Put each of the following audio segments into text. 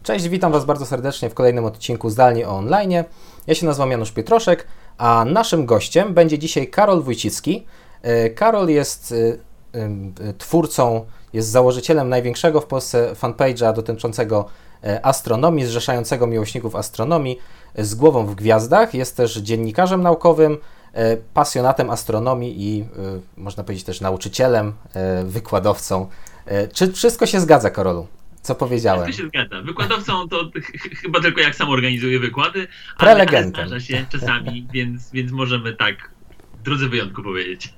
Cześć, witam Was bardzo serdecznie w kolejnym odcinku Zdalnie o online. Ja się nazywam Janusz Pietroszek, a naszym gościem będzie dzisiaj Karol Wójcicki. Karol jest twórcą, jest założycielem największego w Polsce fanpage'a dotyczącego astronomii, zrzeszającego miłośników astronomii z głową w gwiazdach. Jest też dziennikarzem naukowym, pasjonatem astronomii i można powiedzieć też nauczycielem, wykładowcą. Czy wszystko się zgadza, Karolu? Co powiedziałem? Wszystko się zgadza. Wykładowcą to chyba tylko jak sam organizuje wykłady, ale zdarza się czasami, więc możemy tak w drodze wyjątku powiedzieć.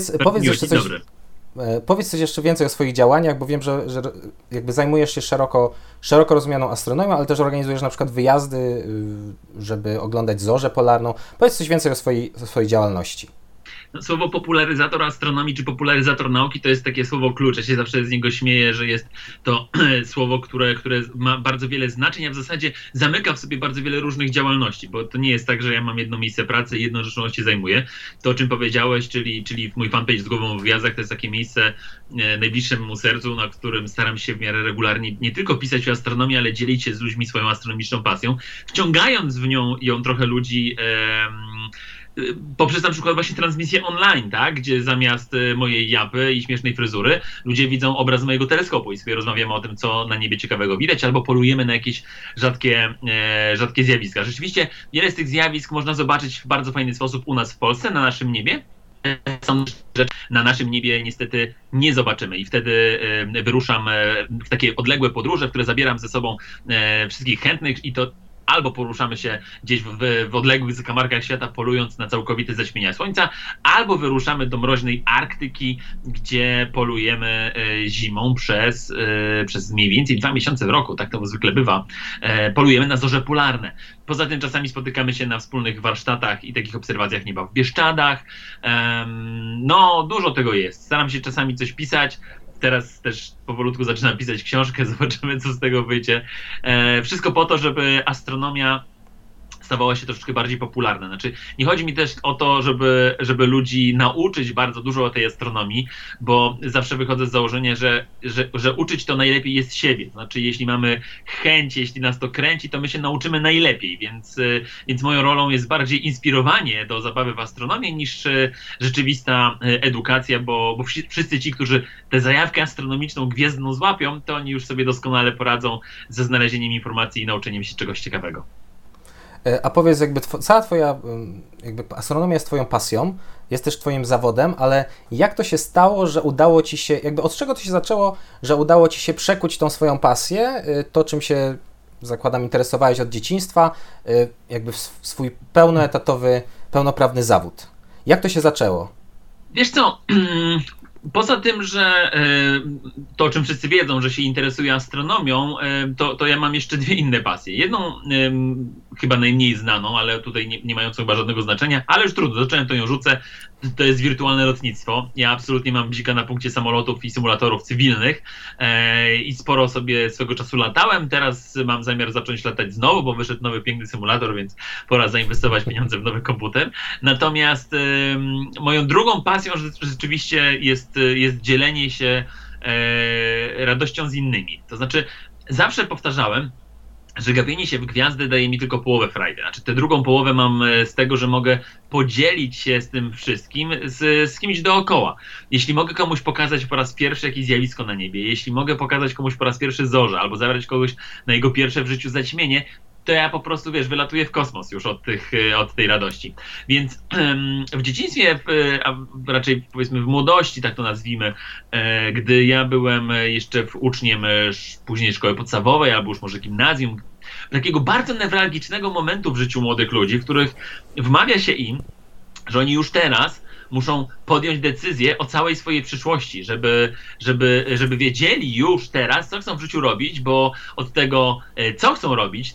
Powiedz coś jeszcze więcej o swoich działaniach, bo wiem, że jakby zajmujesz się szeroko rozumianą astronomią, ale też organizujesz na przykład wyjazdy, żeby oglądać zorzę polarną. Powiedz coś więcej o swojej działalności. Słowo popularyzator astronomii czy popularyzator nauki to jest takie słowo klucz. Ja się zawsze z niego śmieję, że jest to słowo, które ma bardzo wiele znaczeń, a w zasadzie zamyka w sobie bardzo wiele różnych działalności, bo to nie jest tak, że ja mam jedno miejsce pracy i jedną rzeczą się zajmuję. To, o czym powiedziałeś, czyli mój fanpage z głową w gwiazdach, to jest takie miejsce najbliższe memu sercu, na którym staram się w miarę regularnie nie tylko pisać o astronomii, ale dzielić się z ludźmi swoją astronomiczną pasją, wciągając w ją trochę ludzi poprzez na przykład właśnie transmisję online, tak? Gdzie zamiast mojej japy i śmiesznej fryzury ludzie widzą obraz mojego teleskopu i sobie rozmawiamy o tym, co na niebie ciekawego widać, albo polujemy na jakieś rzadkie zjawiska. Rzeczywiście wiele z tych zjawisk można zobaczyć w bardzo fajny sposób u nas w Polsce, na naszym niebie. Są rzeczy na naszym niebie niestety nie zobaczymy i wtedy wyruszam w takie odległe podróże, w które zabieram ze sobą wszystkich chętnych i to albo poruszamy się gdzieś w odległych zakamarkach świata, polując na całkowite zaćmienia słońca, albo wyruszamy do mroźnej Arktyki, gdzie polujemy zimą przez mniej więcej 2 miesiące w roku, tak to zwykle bywa. Polujemy na zorze polarne. Poza tym czasami spotykamy się na wspólnych warsztatach i takich obserwacjach nieba w Bieszczadach. No, dużo tego jest. Staram się czasami coś pisać. Teraz też powolutku zaczynam pisać książkę, zobaczymy, co z tego wyjdzie. Wszystko po to, żeby astronomia stawała się troszeczkę bardziej popularna. Znaczy, nie chodzi mi też o to, żeby ludzi nauczyć bardzo dużo o tej astronomii, bo zawsze wychodzę z założenia, że uczyć to najlepiej jest siebie. Znaczy, jeśli mamy chęć, jeśli nas to kręci, to my się nauczymy najlepiej, więc moją rolą jest bardziej inspirowanie do zabawy w astronomię niż rzeczywista edukacja, bo wszyscy ci, którzy tę zajawkę astronomiczną gwiezdną złapią, to oni już sobie doskonale poradzą ze znalezieniem informacji i nauczeniem się czegoś ciekawego. A powiedz, jakby cała twoja astronomia jest twoją pasją, jest też twoim zawodem, ale jak to się stało, że udało ci się, od czego to się zaczęło, że udało ci się przekuć tą swoją pasję, to czym się, zakładam, interesowałeś od dzieciństwa, jakby w swój pełnoetatowy, pełnoprawny zawód? Jak to się zaczęło? Wiesz co, poza tym, że to, o czym wszyscy wiedzą, że się interesuję astronomią, to ja mam jeszcze dwie inne pasje. Jedną, chyba najmniej znaną, ale tutaj nie mającą chyba żadnego znaczenia, ale już trudno, zacząłem, to ją rzucę. To jest wirtualne lotnictwo. Ja absolutnie mam bzika na punkcie samolotów i symulatorów cywilnych i sporo sobie swego czasu latałem. Teraz mam zamiar zacząć latać znowu, bo wyszedł nowy piękny symulator, więc pora zainwestować pieniądze w nowy komputer. Natomiast moją drugą pasją rzeczywiście jest dzielenie się radością z innymi. To znaczy zawsze powtarzałem, że gapienie się w gwiazdy daje mi tylko połowę frajdy. Znaczy tę drugą połowę mam z tego, że mogę podzielić się z tym wszystkim z kimś dookoła. Jeśli mogę komuś pokazać po raz pierwszy jakieś zjawisko na niebie, jeśli mogę pokazać komuś po raz pierwszy zorzę, albo zabrać kogoś na jego pierwsze w życiu zaćmienie, to ja po prostu, wylatuję w kosmos już od tej radości. Więc w dzieciństwie, a raczej powiedzmy w młodości, tak to nazwijmy, gdy ja byłem jeszcze uczniem później szkoły podstawowej, albo już może gimnazjum, takiego bardzo newralgicznego momentu w życiu młodych ludzi, w których wmawia się im, że oni już teraz muszą podjąć decyzję o całej swojej przyszłości, żeby wiedzieli już teraz, co chcą w życiu robić, bo od tego, co chcą robić,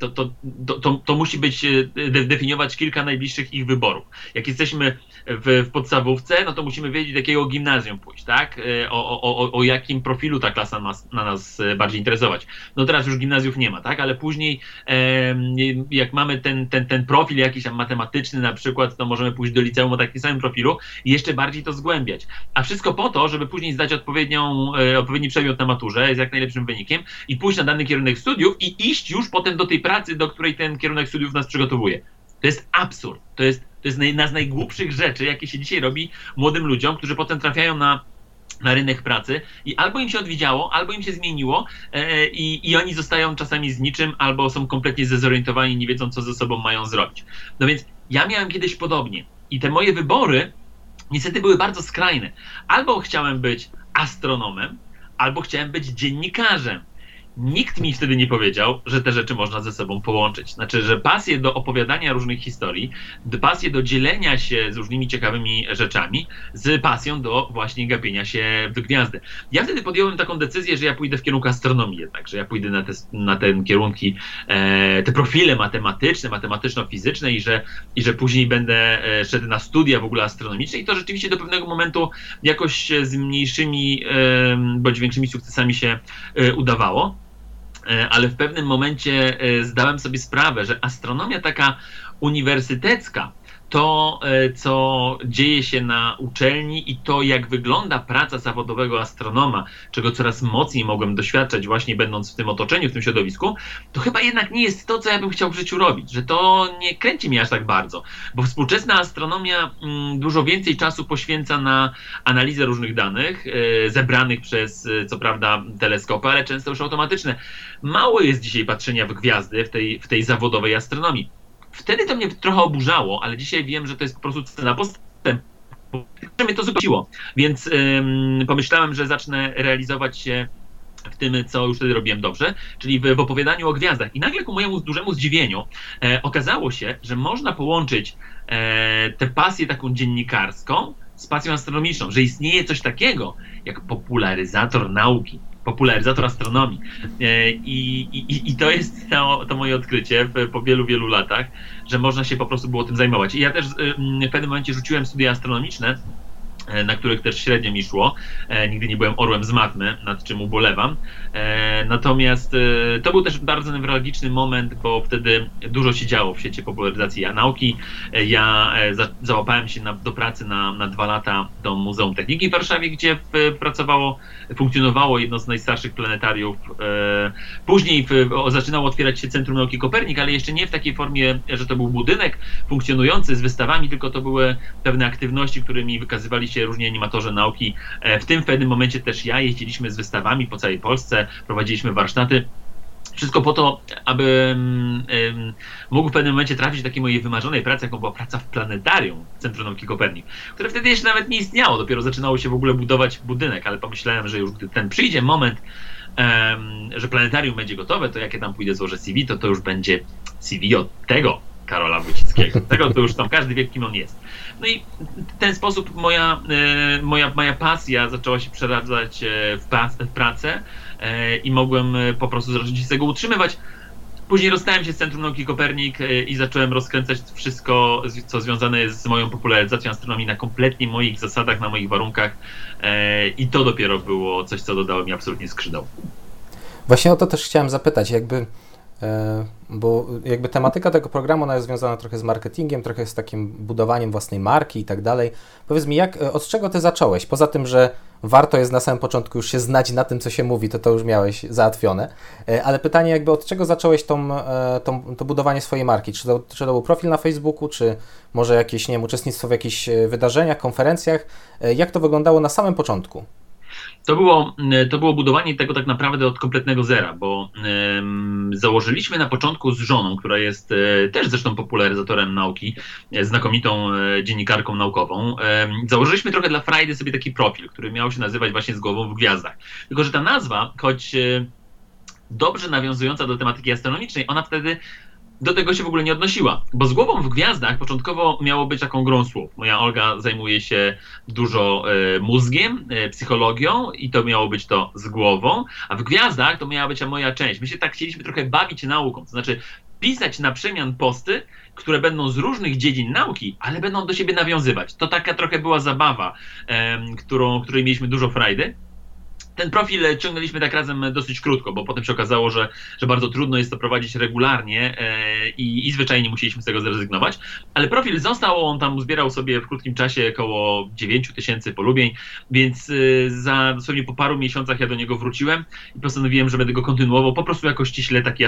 to musi być definiować kilka najbliższych ich wyborów. Jak jesteśmy w podstawówce, no to musimy wiedzieć, do jakiego gimnazjum pójść, tak? O jakim profilu ta klasa ma nas bardziej interesować. No teraz już gimnazjów nie ma, tak? Ale później, jak mamy ten profil jakiś tam matematyczny na przykład, to możemy pójść do liceum o takim samym profilu, profilu i jeszcze bardziej to zgłębiać. A wszystko po to, żeby później zdać odpowiedni przedmiot na maturze z jak najlepszym wynikiem i pójść na dany kierunek studiów i iść już potem do tej pracy, do której ten kierunek studiów nas przygotowuje. To jest absurd. To jest jedna z najgłupszych rzeczy, jakie się dzisiaj robi młodym ludziom, którzy potem trafiają na rynek pracy i albo im się odwiedziało, albo im się zmieniło i oni zostają czasami z niczym, albo są kompletnie zdezorientowani, nie wiedzą, co ze sobą mają zrobić. No więc ja miałem kiedyś podobnie i te moje wybory niestety były bardzo skrajne. Albo chciałem być astronomem, albo chciałem być dziennikarzem. Nikt mi wtedy nie powiedział, że te rzeczy można ze sobą połączyć. Znaczy, że pasję do opowiadania różnych historii, pasję do dzielenia się z różnymi ciekawymi rzeczami, z pasją do właśnie gapienia się w gwiazdy. Ja wtedy podjąłem taką decyzję, że ja pójdę w kierunku astronomii jednak, że ja pójdę na te kierunki, te profile matematyczne, matematyczno-fizyczne i że później będę szedł na studia w ogóle astronomiczne i to rzeczywiście do pewnego momentu jakoś z mniejszymi bądź większymi sukcesami się udawało. Ale w pewnym momencie zdałem sobie sprawę, że astronomia taka uniwersytecka, to co dzieje się na uczelni i to jak wygląda praca zawodowego astronoma, czego coraz mocniej mogłem doświadczać właśnie będąc w tym otoczeniu, w tym środowisku, to chyba jednak nie jest to, co ja bym chciał w życiu robić, że to nie kręci mnie aż tak bardzo, bo współczesna astronomia dużo więcej czasu poświęca na analizę różnych danych, zebranych przez co prawda teleskopy, ale często już automatyczne. Mało jest dzisiaj patrzenia w gwiazdy w tej zawodowej astronomii. Wtedy to mnie trochę oburzało, ale dzisiaj wiem, że to jest po prostu cena postępu. Mnie to zwróciło, więc pomyślałem, że zacznę realizować się w tym, co już wtedy robiłem dobrze, czyli w opowiadaniu o gwiazdach. I nagle ku mojemu dużemu zdziwieniu okazało się, że można połączyć tę pasję taką dziennikarską z pasją astronomiczną, że istnieje coś takiego jak popularyzator nauki, popularyzator astronomii. I to jest to moje odkrycie po wielu, wielu latach, że można się po prostu było tym zajmować. I ja też w pewnym momencie rzuciłem studia astronomiczne, na których też średnio mi szło. Nigdy nie byłem orłem z matmy, nad czym ubolewam. Natomiast to był też bardzo newralgiczny moment, bo wtedy dużo się działo w świecie popularyzacji nauki. Ja załapałem się do pracy na 2 lata do Muzeum Techniki w Warszawie, gdzie funkcjonowało jedno z najstarszych planetariów. Później zaczynało otwierać się Centrum Nauki Kopernik, ale jeszcze nie w takiej formie, że to był budynek funkcjonujący z wystawami, tylko to były pewne aktywności, którymi wykazywali się różni animatorzy nauki. W tym w pewnym momencie też ja jeździliśmy z wystawami po całej Polsce, prowadziliśmy warsztaty. Wszystko po to, aby mógł w pewnym momencie trafić do takiej mojej wymarzonej pracy, jaką była praca w planetarium Centrum Nauki Kopernik, które wtedy jeszcze nawet nie istniało, dopiero zaczynało się w ogóle budować budynek, ale pomyślałem, że już gdy ten przyjdzie moment, że planetarium będzie gotowe, to jak ja tam pójdę, złożę CV, to już będzie CV od tego Karola Wójcickiego. Tego to już tam każdy wie, kim on jest. No i w ten sposób moja pasja zaczęła się przeradzać w pracę i mogłem po prostu zacząć się z tego utrzymywać. Później rozstałem się z Centrum Nauki Kopernik i zacząłem rozkręcać wszystko, co związane jest z moją popularyzacją astronomii na kompletnie moich zasadach, na moich warunkach i to dopiero było coś, co dodało mi absolutnie skrzydeł. Właśnie o to też chciałem zapytać, bo tematyka tego programu ona jest związana trochę z marketingiem, trochę z takim budowaniem własnej marki i tak dalej. Powiedz mi, od czego ty zacząłeś? Poza tym, że warto jest na samym początku już się znać na tym, co się mówi, to już miałeś załatwione. Ale pytanie od czego zacząłeś to budowanie swojej marki? Czy to był profil na Facebooku, czy może jakieś, nie wiem, uczestnictwo w jakichś wydarzeniach, konferencjach? Jak to wyglądało na samym początku? To było budowanie tego tak naprawdę od kompletnego zera, bo założyliśmy na początku z żoną, która jest też zresztą popularyzatorem nauki, znakomitą dziennikarką naukową. Założyliśmy trochę dla frajdy sobie taki profil, który miał się nazywać właśnie Z głową w gwiazdach. Tylko że ta nazwa, choć dobrze nawiązująca do tematyki astronomicznej, ona wtedy do tego się w ogóle nie odnosiła, bo Z głową w gwiazdach początkowo miało być taką grą słów. Moja Olga zajmuje się dużo mózgiem, psychologią i to miało być to z głową, a w gwiazdach to miała być moja część. My się tak chcieliśmy trochę bawić nauką, to znaczy pisać na przemian posty, które będą z różnych dziedzin nauki, ale będą do siebie nawiązywać. To taka trochę była zabawa, której mieliśmy dużo frajdy. ten profil ciągnęliśmy tak razem dosyć krótko, bo potem się okazało, że bardzo trudno jest to prowadzić regularnie i zwyczajnie musieliśmy z tego zrezygnować. Ale profil został, on tam zbierał sobie w krótkim czasie około 9 000 polubień, więc dosłownie po paru miesiącach ja do niego wróciłem i postanowiłem, że będę go kontynuował po prostu jako ściśle taki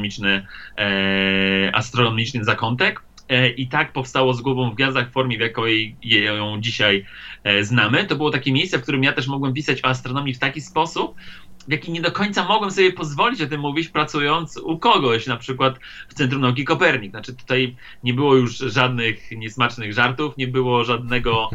astronomiczny zakątek. I tak powstało Z głową w gwiazdach w formie, w jakiej ją dzisiaj znamy. To było takie miejsce, w którym ja też mogłem pisać o astronomii w taki sposób, w jaki nie do końca mogłem sobie pozwolić o tym mówić, pracując u kogoś, na przykład w Centrum Nauki Kopernik. Znaczy tutaj nie było już żadnych niesmacznych żartów, nie było żadnego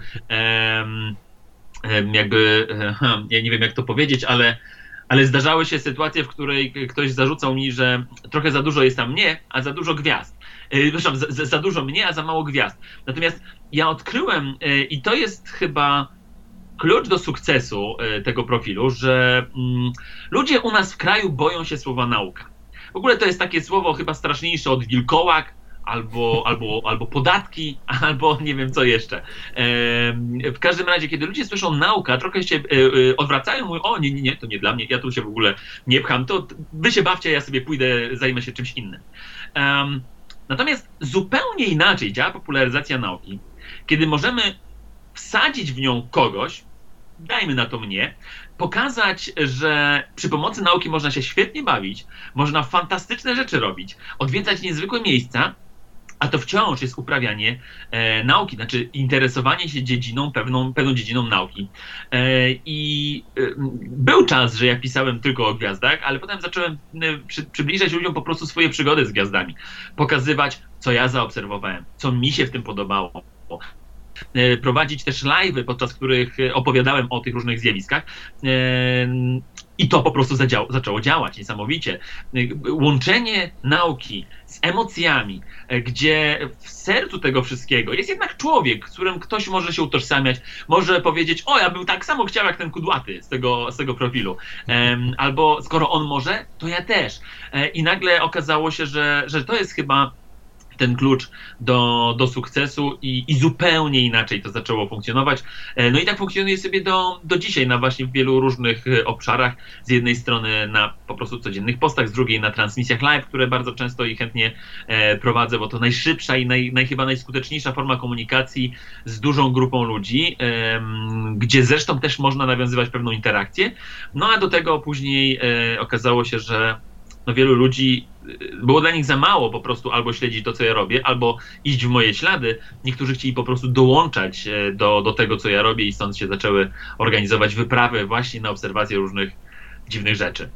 ja nie wiem jak to powiedzieć, ale zdarzały się sytuacje, w której ktoś zarzucał mi, że trochę za dużo jest tam mnie, a za dużo gwiazd. Zresztą za dużo mnie, a za mało gwiazd. Natomiast ja odkryłem, i to jest chyba klucz do sukcesu tego profilu, że ludzie u nas w kraju boją się słowa nauka. W ogóle to jest takie słowo chyba straszniejsze od wilkołak, albo podatki, albo nie wiem co jeszcze. W każdym razie, kiedy ludzie słyszą nauka, trochę się odwracają, mówią, o nie, to nie dla mnie, ja tu się w ogóle nie pcham, to wy się bawcie, ja sobie pójdę, zajmę się czymś innym. Natomiast zupełnie inaczej działa popularyzacja nauki, kiedy możemy wsadzić w nią kogoś, dajmy na to mnie, pokazać, że przy pomocy nauki można się świetnie bawić, można fantastyczne rzeczy robić, odwiedzać niezwykłe miejsca, a to wciąż jest uprawianie nauki, znaczy interesowanie się dziedziną, pewną dziedziną nauki. Był czas, że ja pisałem tylko o gwiazdach, ale potem zacząłem przybliżać ludziom po prostu swoje przygody z gwiazdami. Pokazywać, co ja zaobserwowałem, co mi się w tym podobało. Prowadzić też live'y, podczas których opowiadałem o tych różnych zjawiskach. I to po prostu zaczęło działać niesamowicie. Łączenie nauki z emocjami, gdzie w sercu tego wszystkiego jest jednak człowiek, z którym ktoś może się utożsamiać, może powiedzieć, o ja bym tak samo chciał jak ten kudłaty z tego profilu. Albo skoro on może, to ja też. I nagle okazało się, że to jest chyba ten klucz do sukcesu i zupełnie inaczej to zaczęło funkcjonować. No i tak funkcjonuje sobie do dzisiaj właśnie w wielu różnych obszarach. Z jednej strony na po prostu codziennych postach, z drugiej na transmisjach live, które bardzo często i chętnie prowadzę, bo to najszybsza i chyba najskuteczniejsza forma komunikacji z dużą grupą ludzi, gdzie zresztą też można nawiązywać pewną interakcję. No a do tego później okazało się, że wielu ludzi, było dla nich za mało po prostu albo śledzić to, co ja robię, albo iść w moje ślady. Niektórzy chcieli po prostu dołączać do tego, co ja robię i stąd się zaczęły organizować wyprawy właśnie na obserwację różnych dziwnych rzeczy.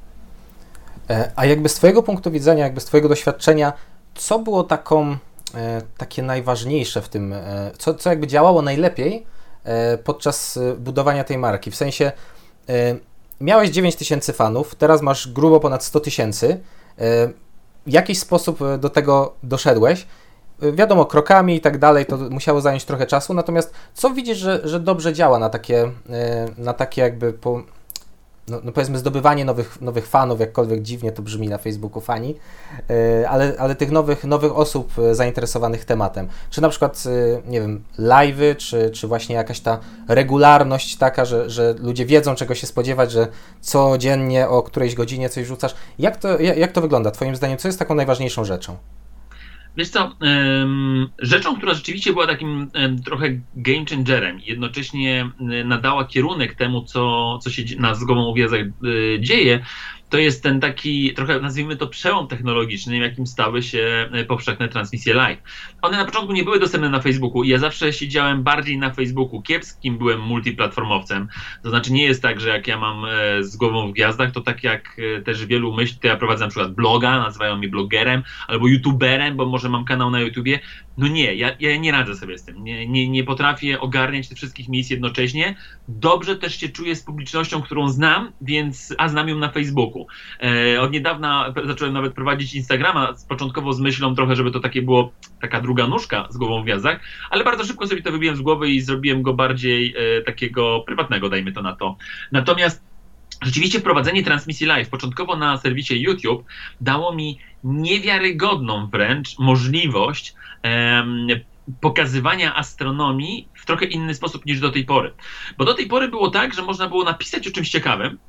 A jakby z twojego punktu widzenia, jakby z twojego doświadczenia, co było takie najważniejsze w tym, co jakby działało najlepiej podczas budowania tej marki? W sensie miałeś 9 000 fanów, teraz masz grubo ponad 100 000. W jakiś sposób do tego doszedłeś? Wiadomo, krokami i tak dalej, to musiało zająć trochę czasu, natomiast co widzisz, że dobrze działa na takie jakby powiedzmy zdobywanie nowych fanów, jakkolwiek dziwnie to brzmi na Facebooku fani, ale tych nowych osób zainteresowanych tematem. Czy na przykład, nie wiem, live'y, czy właśnie jakaś ta regularność taka, że ludzie wiedzą, czego się spodziewać, że codziennie o którejś godzinie coś rzucasz. Jak to wygląda twoim zdaniem? Co jest taką najważniejszą rzeczą? Wiesz co, rzeczą, która rzeczywiście była takim trochę game changerem, jednocześnie nadała kierunek temu, co się Z głową w gwiazdach dzieje, to jest ten taki trochę, nazwijmy to, przełom technologiczny, jakim stały się powszechne transmisje live. One na początku nie były dostępne na Facebooku i ja zawsze siedziałem bardziej na Facebooku. Kiepskim byłem multiplatformowcem. To znaczy nie jest tak, że jak ja mam Z głową w gwiazdach, to tak jak też wielu myśli, to ja prowadzę na przykład bloga, nazywają mnie blogerem albo youtuberem, bo może mam kanał na YouTubie. No nie, ja nie radzę sobie z tym. Nie potrafię ogarniać tych wszystkich miejsc jednocześnie. Dobrze też się czuję z publicznością, którą znam, a znam ją na Facebooku. Od niedawna zacząłem nawet prowadzić Instagrama, początkowo z myślą trochę, żeby to było taka druga nóżka Z głową w gwiazdach, ale bardzo szybko sobie to wybiłem z głowy i zrobiłem go bardziej takiego prywatnego, dajmy to na to. Natomiast rzeczywiście prowadzenie transmisji live, początkowo na serwisie YouTube, dało mi niewiarygodną wręcz możliwość pokazywania astronomii w trochę inny sposób niż do tej pory. Bo do tej pory było tak, że można było napisać o czymś ciekawym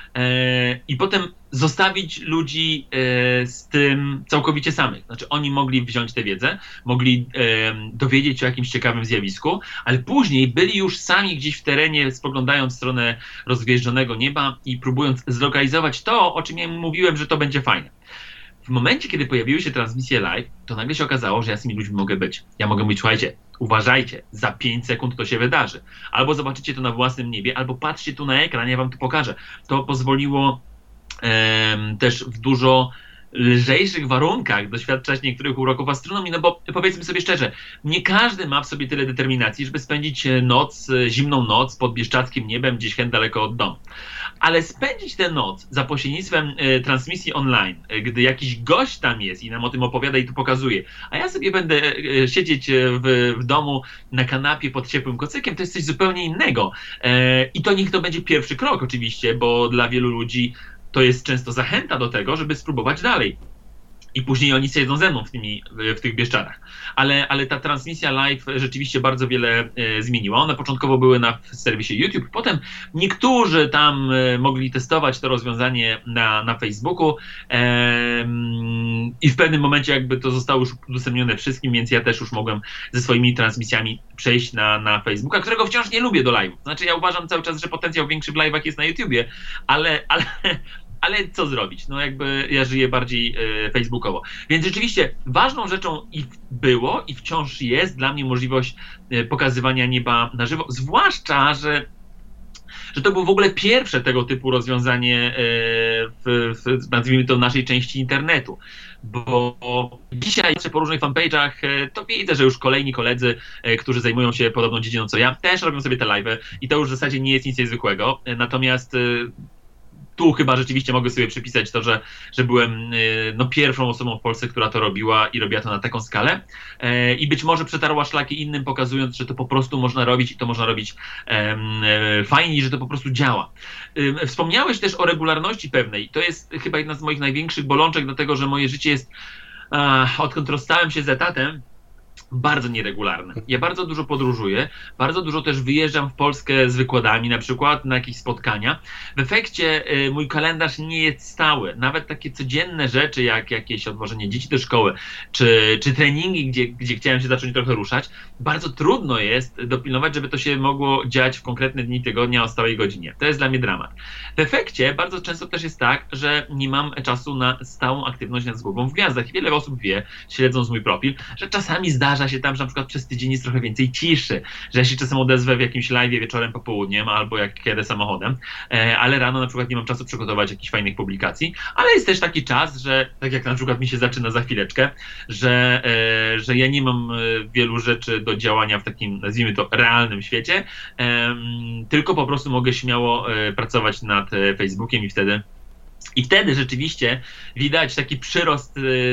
i potem zostawić ludzi z tym całkowicie samych. Znaczy oni mogli wziąć tę wiedzę, mogli dowiedzieć się o jakimś ciekawym zjawisku, ale później byli już sami gdzieś w terenie, spoglądając w stronę rozgwieżdżonego nieba i próbując zlokalizować to, o czym ja mówiłem, że to będzie fajne. W momencie, kiedy pojawiły się transmisje live, to nagle się okazało, że ja z tymi ludźmi mogę być. Ja mogę mówić, słuchajcie, uważajcie, za 5 sekund to się wydarzy. Albo zobaczycie to na własnym niebie, albo patrzcie tu na ekran, ja wam to pokażę. To pozwoliło też w dużo lżejszych warunkach doświadczać niektórych uroków astronomii, no bo powiedzmy sobie szczerze, nie każdy ma w sobie tyle determinacji, żeby spędzić noc, zimną noc pod bieszczackim niebem gdzieś hen daleko od domu. Ale spędzić tę noc za pośrednictwem transmisji online, gdy jakiś gość tam jest i nam o tym opowiada i to pokazuje, a ja sobie będę siedzieć w domu na kanapie pod ciepłym kocykiem, to jest coś zupełnie innego. I to niech to będzie pierwszy krok oczywiście, bo dla wielu ludzi to jest często zachęta do tego, żeby spróbować dalej. I później oni siedzą ze mną w tych Bieszczadach. Ale ta transmisja live rzeczywiście bardzo wiele zmieniła. One początkowo były na serwisie YouTube, potem niektórzy tam mogli testować to rozwiązanie na Facebooku i w pewnym momencie jakby to zostało już udostępnione wszystkim, więc ja też już mogłem ze swoimi transmisjami przejść na Facebooka, którego wciąż nie lubię do live'ów. Znaczy ja uważam cały czas, że potencjał większy w live'ach jest na YouTubie, ale co zrobić? No jakby ja żyję bardziej facebookowo. Więc rzeczywiście ważną rzeczą i było i wciąż jest dla mnie możliwość pokazywania nieba na żywo, zwłaszcza, że to było w ogóle pierwsze tego typu rozwiązanie nazwijmy to, naszej części internetu. Bo dzisiaj po różnych fanpage'ach to widzę, że już kolejni koledzy, którzy zajmują się podobną dziedziną co ja, też robią sobie te live'y i to już w zasadzie nie jest nic niezwykłego. Natomiast tu chyba rzeczywiście mogę sobie przypisać to, że byłem pierwszą osobą w Polsce, która to robiła i robiła to na taką skalę i być może przetarła szlaki innym, pokazując, że to po prostu można robić i to można robić fajnie i że to po prostu działa. Wspomniałeś też o regularności pewnej. To jest chyba jedna z moich największych bolączek, dlatego że moje życie jest, odkąd rozstałem się z etatem, bardzo nieregularne. Ja bardzo dużo podróżuję, bardzo dużo też wyjeżdżam w Polskę z wykładami, na przykład na jakieś spotkania. W efekcie mój kalendarz nie jest stały. Nawet takie codzienne rzeczy, jak jakieś odwożenie dzieci do szkoły, czy treningi, gdzie chciałem się zacząć trochę ruszać, bardzo trudno jest dopilnować, żeby to się mogło dziać w konkretne dni tygodnia o stałej godzinie. To jest dla mnie dramat. W efekcie bardzo często też jest tak, że nie mam czasu na stałą aktywność nad głową w gwiazdach. I wiele osób wie, śledząc mój profil, że czasami zdarza się tam, że na przykład przez tydzień jest trochę więcej ciszy, że ja się czasem odezwę w jakimś live wieczorem, popołudniem, albo jak jadę samochodem, ale rano na przykład nie mam czasu przygotować jakichś fajnych publikacji, ale jest też taki czas, że tak jak na przykład mi się zaczyna za chwileczkę, że ja nie mam wielu rzeczy do działania w takim, nazwijmy to, realnym świecie, tylko po prostu mogę śmiało pracować nad Facebookiem i wtedy rzeczywiście widać taki przyrost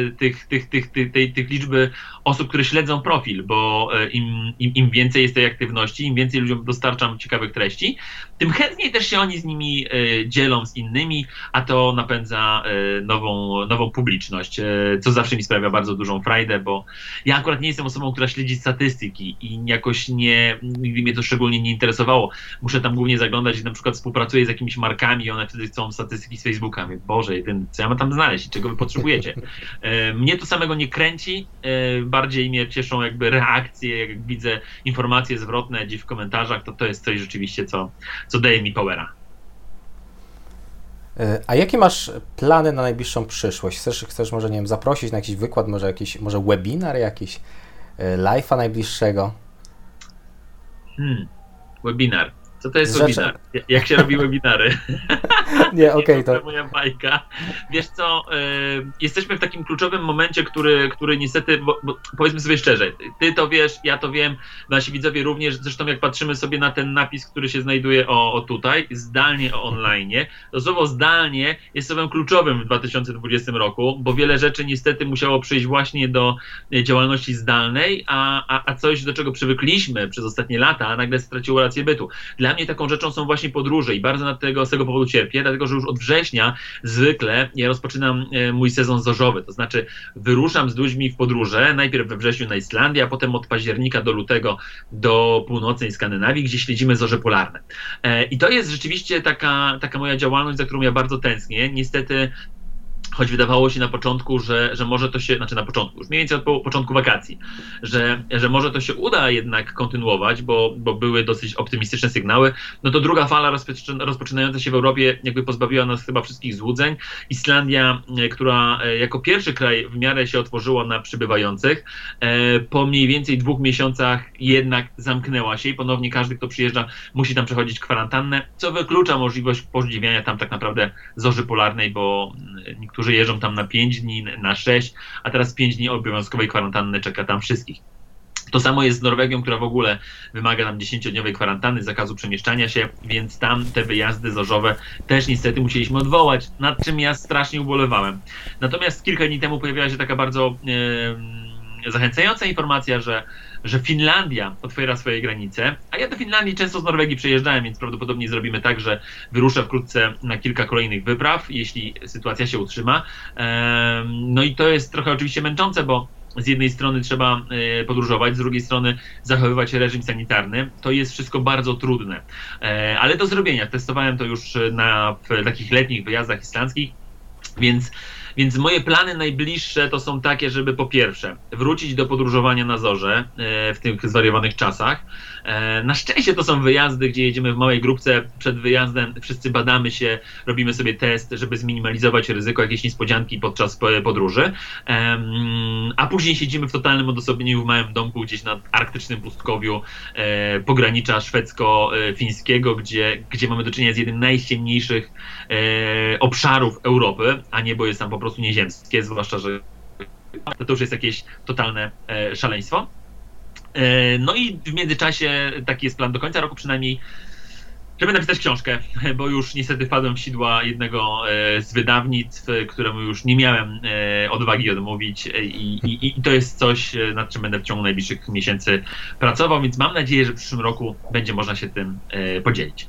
tych liczby osób, które śledzą profil, bo im więcej jest tej aktywności, im więcej ludziom dostarczam ciekawych treści, tym chętniej też się oni z nimi dzielą z innymi, a to napędza nową publiczność, co zawsze mi sprawia bardzo dużą frajdę, bo ja akurat nie jestem osobą, która śledzi statystyki i jakoś nigdy mnie to szczególnie nie interesowało. Muszę tam głównie zaglądać, że na przykład współpracuję z jakimiś markami i one wtedy chcą statystyki z Facebooka. Boże, co ja mam tam znaleźć i czego wy potrzebujecie? Mnie to samego nie kręci, bardziej mnie cieszą jakby reakcje, jak widzę informacje zwrotne gdzieś w komentarzach, to jest coś rzeczywiście, co daje mi powera. A jakie masz plany na najbliższą przyszłość? Chcesz może, nie wiem, zaprosić na jakiś wykład, może webinar jakiś, live'a najbliższego? Webinar. Co to jest webinar? Jak się robi webinary? Nie, okej, to moja bajka. Wiesz co, jesteśmy w takim kluczowym momencie, który niestety, bo powiedzmy sobie szczerze, ty to wiesz, ja to wiem, nasi widzowie również, zresztą jak patrzymy sobie na ten napis, który się znajduje o tutaj, zdalnie o online, to słowo zdalnie jest słowem kluczowym w 2020 roku, bo wiele rzeczy niestety musiało przyjść właśnie do działalności zdalnej, a coś, do czego przywykliśmy przez ostatnie lata, nagle straciło rację bytu. Dla dla mnie taką rzeczą są właśnie podróże i bardzo z tego powodu cierpię, dlatego że już od września zwykle ja rozpoczynam mój sezon zorzowy, to znaczy wyruszam z ludźmi w podróże, najpierw we wrześniu na Islandię, a potem od października do lutego do północnej Skandynawii, gdzie śledzimy zorze polarne. I to jest rzeczywiście taka moja działalność, za którą ja bardzo tęsknię. Niestety, choć wydawało się na początku, że może to się, znaczy na początku, już mniej więcej od początku wakacji, że może to się uda jednak kontynuować, bo były dosyć optymistyczne sygnały, no to druga fala rozpoczynająca się w Europie jakby pozbawiła nas chyba wszystkich złudzeń. Islandia, która jako pierwszy kraj w miarę się otworzyła na przybywających, po mniej więcej 2 miesiącach jednak zamknęła się i ponownie każdy, kto przyjeżdża, musi tam przechodzić kwarantannę, co wyklucza możliwość podziwiania tam tak naprawdę zorzy polarnej, bo niektórzy jeżdżą tam na 5 dni, na 6, a teraz 5 dni obowiązkowej kwarantanny czeka tam wszystkich. To samo jest z Norwegią, która w ogóle wymaga nam 10-dniowej kwarantanny, zakazu przemieszczania się, więc tam te wyjazdy zorzowe też niestety musieliśmy odwołać, nad czym ja strasznie ubolewałem. Natomiast kilka dni temu pojawiła się taka bardzo zachęcająca informacja, że Finlandia otwiera swoje granice, a ja do Finlandii często z Norwegii przejeżdżałem, więc prawdopodobnie zrobimy tak, że wyruszę wkrótce na kilka kolejnych wypraw, jeśli sytuacja się utrzyma. No i to jest trochę oczywiście męczące, bo z jednej strony trzeba podróżować, z drugiej strony zachowywać reżim sanitarny. To jest wszystko bardzo trudne, ale do zrobienia. Testowałem to już w takich letnich wyjazdach islandzkich, więc moje plany najbliższe to są takie, żeby po pierwsze wrócić do podróżowania na zorze w tych zwariowanych czasach. Na szczęście to są wyjazdy, gdzie jedziemy w małej grupce. Przed wyjazdem wszyscy badamy się, robimy sobie test, żeby zminimalizować ryzyko jakiejś niespodzianki podczas podróży. A później siedzimy w totalnym odosobnieniu w małym domku gdzieś na arktycznym pustkowiu pogranicza szwedzko-fińskiego, gdzie mamy do czynienia z jednym z najściemniejszych obszarów Europy, a niebo jest tam po prostu nieziemskie, zwłaszcza, że to już jest jakieś totalne szaleństwo. No i w międzyczasie taki jest plan do końca roku przynajmniej, żeby napisać książkę, bo już niestety wpadłem w sidła jednego z wydawnictw, któremu już nie miałem odwagi odmówić i to jest coś, nad czym będę w ciągu najbliższych miesięcy pracował, więc mam nadzieję, że w przyszłym roku będzie można się tym podzielić.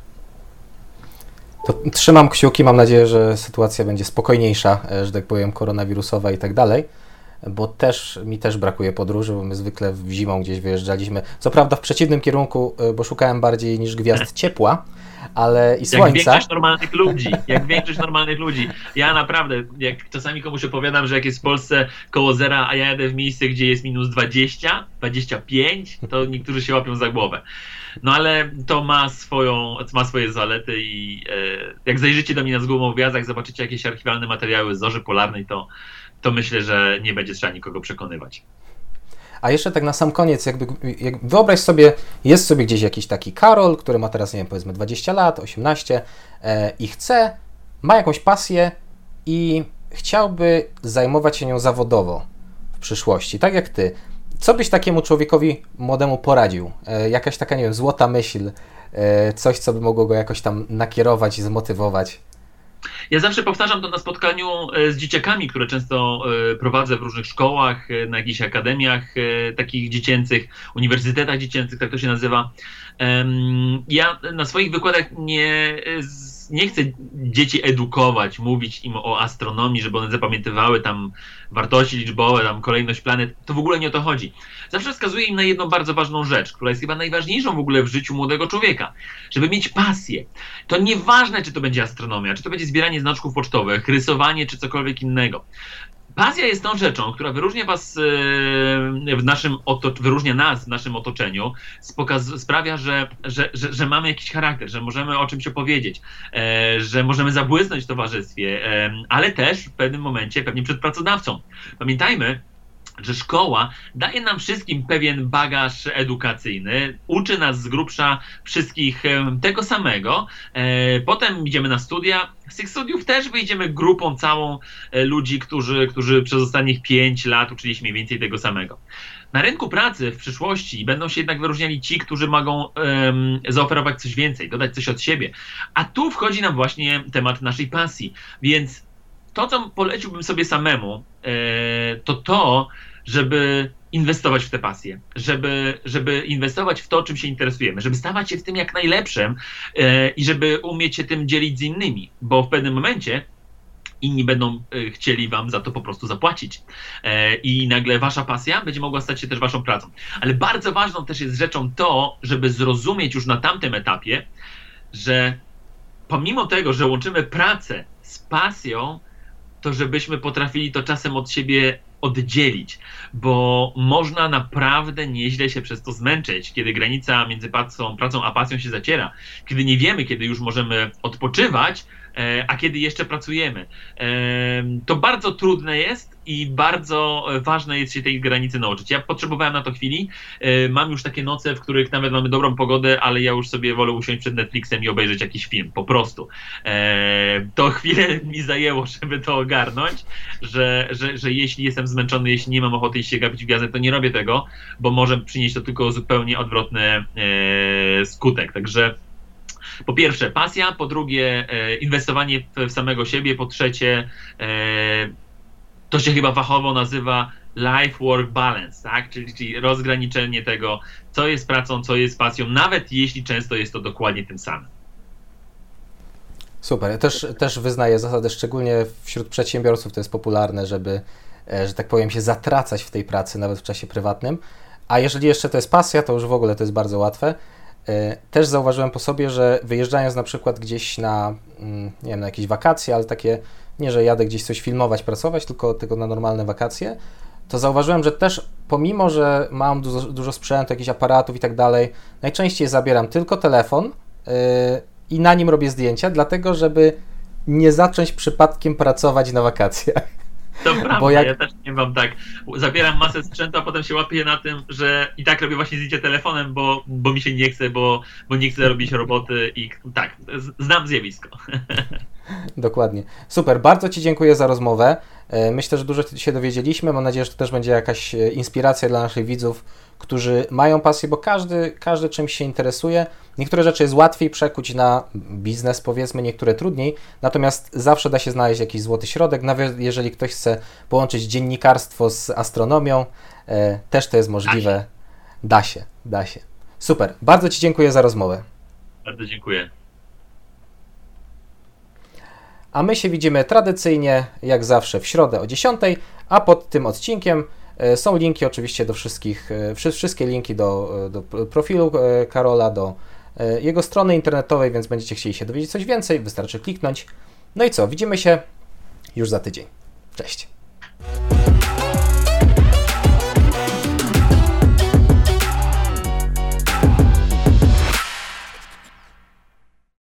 To trzymam kciuki, mam nadzieję, że sytuacja będzie spokojniejsza, że tak powiem, koronawirusowa i tak dalej, bo mi też brakuje podróży, bo my zwykle zimą gdzieś wyjeżdżaliśmy. Co prawda w przeciwnym kierunku, bo szukałem bardziej niż gwiazd ciepła, ale i słońca. Jak większość normalnych ludzi. Ja naprawdę, jak czasami komuś opowiadam, że jak jest w Polsce koło zera, a ja jadę w miejsce, gdzie jest minus 20, 25, to niektórzy się łapią za głowę. No ale to ma swoje zalety i jak zajrzycie do mnie na Zgubą w Gwiazdach, zobaczycie jakieś archiwalne materiały z zorzy polarnej, to myślę, że nie będzie trzeba nikogo przekonywać. A jeszcze tak na sam koniec, wyobraź sobie, jest sobie gdzieś jakiś taki Karol, który ma teraz, nie wiem, powiedzmy 20 lat, 18 i ma jakąś pasję i chciałby zajmować się nią zawodowo w przyszłości, tak jak ty. Co byś takiemu człowiekowi młodemu poradził? Jakaś taka, nie wiem, złota myśl, coś, co by mogło go jakoś tam nakierować i zmotywować? Ja zawsze powtarzam to na spotkaniu z dzieciakami, które często prowadzę w różnych szkołach, na jakichś akademiach takich dziecięcych, uniwersytetach dziecięcych, tak to się nazywa. Ja na swoich wykładach nie chcę dzieci edukować, mówić im o astronomii, żeby one zapamiętywały tam wartości liczbowe, tam kolejność planet. To w ogóle nie o to chodzi. Zawsze wskazuję im na jedną bardzo ważną rzecz, która jest chyba najważniejszą w ogóle w życiu młodego człowieka. Żeby mieć pasję. To nieważne, czy to będzie astronomia, czy to będzie zbieranie znaczków pocztowych, rysowanie, czy cokolwiek innego. Pasja jest tą rzeczą, która wyróżnia was wyróżnia nas w naszym otoczeniu, sprawia, że mamy jakiś charakter, że możemy o czymś opowiedzieć, że możemy zabłysnąć w towarzystwie, ale też w pewnym momencie pewnie przed pracodawcą. Pamiętajmy, że szkoła daje nam wszystkim pewien bagaż edukacyjny, uczy nas z grubsza wszystkich tego samego, potem idziemy na studia, z tych studiów też wyjdziemy grupą całą ludzi, którzy przez ostatnich 5 lat uczyli się mniej więcej tego samego. Na rynku pracy w przyszłości będą się jednak wyróżniali ci, którzy mogą zaoferować coś więcej, dodać coś od siebie, a tu wchodzi nam właśnie temat naszej pasji, więc to, co poleciłbym sobie samemu, to żeby inwestować w te pasje, żeby inwestować w to, czym się interesujemy, żeby stawać się w tym jak najlepszym i żeby umieć się tym dzielić z innymi, bo w pewnym momencie inni będą chcieli wam za to po prostu zapłacić. I nagle wasza pasja będzie mogła stać się też waszą pracą. Ale bardzo ważną też jest rzeczą to, żeby zrozumieć już na tamtym etapie, że pomimo tego, że łączymy pracę z pasją, to żebyśmy potrafili to czasem od siebie oddzielić, bo można naprawdę nieźle się przez to zmęczyć, kiedy granica między pracą a pasją się zaciera, kiedy nie wiemy, kiedy już możemy odpoczywać, a kiedy jeszcze pracujemy. To bardzo trudne jest i bardzo ważne jest się tej granicy nauczyć. Ja potrzebowałem na to chwili. Mam już takie noce, w których nawet mamy dobrą pogodę, ale ja już sobie wolę usiąść przed Netflixem i obejrzeć jakiś film, po prostu. To chwilę mi zajęło, żeby to ogarnąć, że jeśli jestem zmęczony, jeśli nie mam ochoty iść się gapić w gwiazdę, to nie robię tego, bo może przynieść to tylko zupełnie odwrotny skutek. Także po pierwsze pasja, po drugie inwestowanie w samego siebie, po trzecie to się chyba fachowo nazywa life-work balance, tak? Czyli rozgraniczenie tego, co jest pracą, co jest pasją, nawet jeśli często jest to dokładnie tym samym. Super. Ja też wyznaję zasadę, szczególnie wśród przedsiębiorców to jest popularne, żeby, że tak powiem, się zatracać w tej pracy, nawet w czasie prywatnym. A jeżeli jeszcze to jest pasja, to już w ogóle to jest bardzo łatwe. Też zauważyłem po sobie, że wyjeżdżając na przykład gdzieś na, nie wiem, na jakieś wakacje, ale takie, nie, że jadę gdzieś coś filmować, pracować, tylko na normalne wakacje, to zauważyłem, że też pomimo, że mam dużo sprzętu, jakichś aparatów i tak dalej, najczęściej zabieram tylko telefon i na nim robię zdjęcia, dlatego żeby nie zacząć przypadkiem pracować na wakacjach. To prawda, ja też nie mam tak. Zabieram masę sprzętu, a potem się łapię na tym, że i tak robię właśnie zdjęcie telefonem, bo mi się nie chce, bo nie chcę robić roboty i tak, znam zjawisko. Dokładnie. Super, bardzo Ci dziękuję za rozmowę. Myślę, że dużo się dowiedzieliśmy. Mam nadzieję, że to też będzie jakaś inspiracja dla naszych widzów, którzy mają pasję, bo każdy czymś się interesuje. Niektóre rzeczy jest łatwiej przekuć na biznes, powiedzmy, niektóre trudniej, natomiast zawsze da się znaleźć jakiś złoty środek, nawet jeżeli ktoś chce połączyć dziennikarstwo z astronomią, też to jest możliwe. Da się. Super, bardzo Ci dziękuję za rozmowę. Bardzo dziękuję. A my się widzimy tradycyjnie, jak zawsze, w środę o 10, a pod tym odcinkiem są linki oczywiście do wszystkie linki do profilu Karola, do jego strony internetowej, więc będziecie chcieli się dowiedzieć coś więcej, wystarczy kliknąć. No i co, widzimy się już za tydzień. Cześć.